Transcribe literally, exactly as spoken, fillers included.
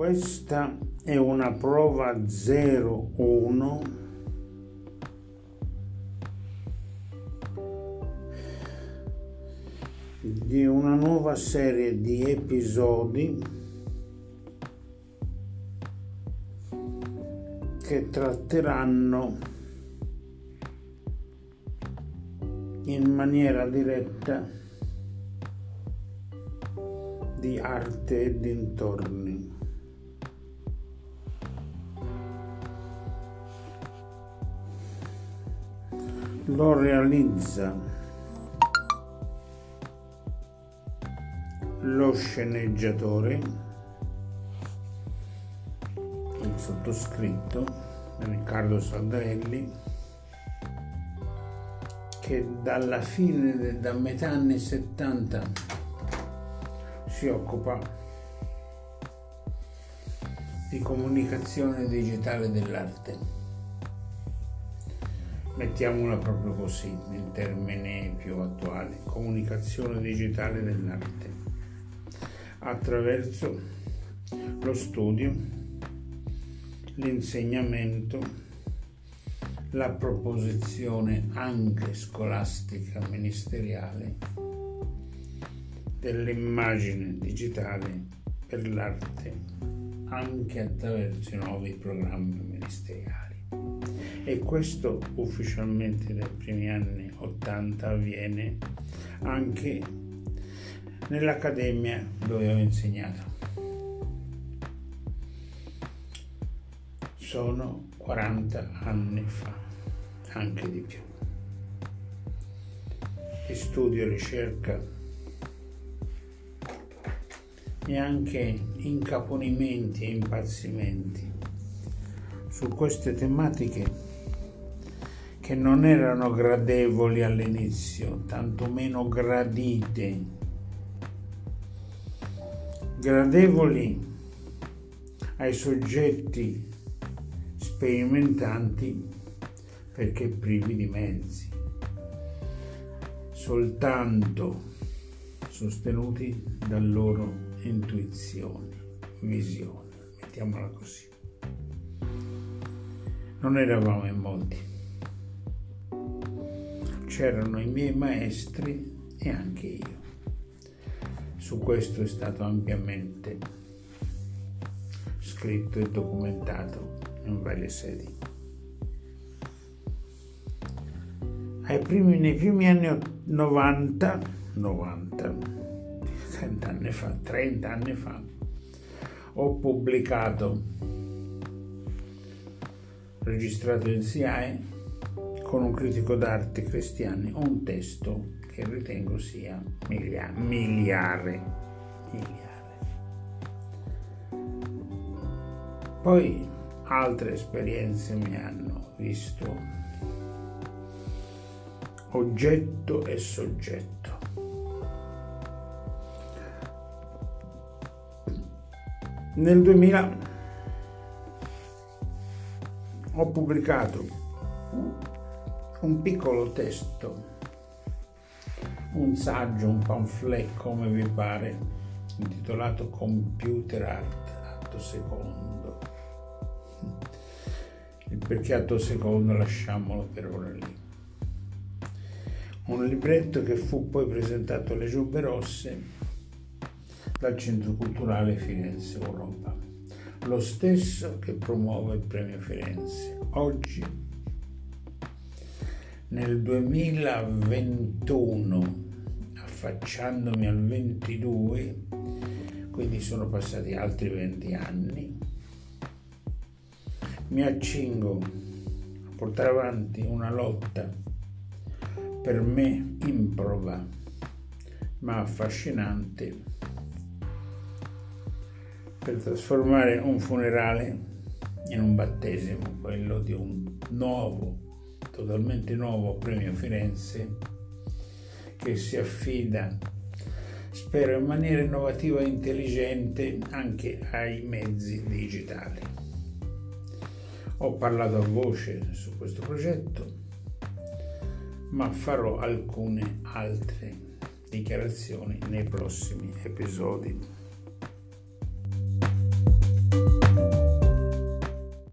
Questa è una prova zero uno di una nuova serie di episodi che tratteranno in maniera diretta di arte e dintorni. Lo realizza lo sceneggiatore, il sottoscritto Riccardo Saldarelli, che dalla fine, da metà anni settanta si occupa di comunicazione digitale dell'arte. Mettiamola proprio così, in termini più attuali: comunicazione digitale dell'arte, attraverso lo studio, l'insegnamento, la proposizione anche scolastica ministeriale dell'immagine digitale per l'arte, anche attraverso i nuovi programmi ministeriali. E questo ufficialmente dai primi anni ottanta avviene anche nell'accademia dove ho insegnato. Sono quaranta anni fa, anche di più, di studio, ricerca e anche incaponimenti e impazzimenti su queste tematiche che non erano gradevoli all'inizio, tantomeno gradite. Gradevoli ai soggetti sperimentanti perché privi di mezzi, soltanto sostenuti da loro intuizioni, visione, mettiamola così. Non eravamo in molti, c'erano i miei maestri e anche io. Su questo è stato ampiamente scritto e documentato in varie sedi. Ai primi, nei primi anni novanta, novanta, trenta anni fa, trenta anni fa, ho pubblicato, registrato in S I A E, con un critico d'arte cristiani, un testo che ritengo sia miliare, miliare, miliare. Poi altre esperienze mi hanno visto oggetto e soggetto. Nel duemila ho pubblicato un piccolo testo, un saggio, un pamphlet, come vi pare, intitolato Computer Art, atto secondo. Il perché atto secondo lasciamolo per ora lì. Un libretto che fu poi presentato alle Giubbe Rosse dal Centro Culturale Firenze Europa, lo stesso che promuove il Premio Firenze. Oggi, nel duemilaventuno, affacciandomi al ventidue, quindi sono passati altri venti anni, mi accingo a portare avanti una lotta per me improba ma affascinante per trasformare un funerale in un battesimo, quello di un nuovo, totalmente nuovo Premio Firenze che si affida, spero in maniera innovativa e intelligente, anche ai mezzi digitali. Ho parlato a voce su questo progetto, ma farò alcune altre dichiarazioni nei prossimi episodi.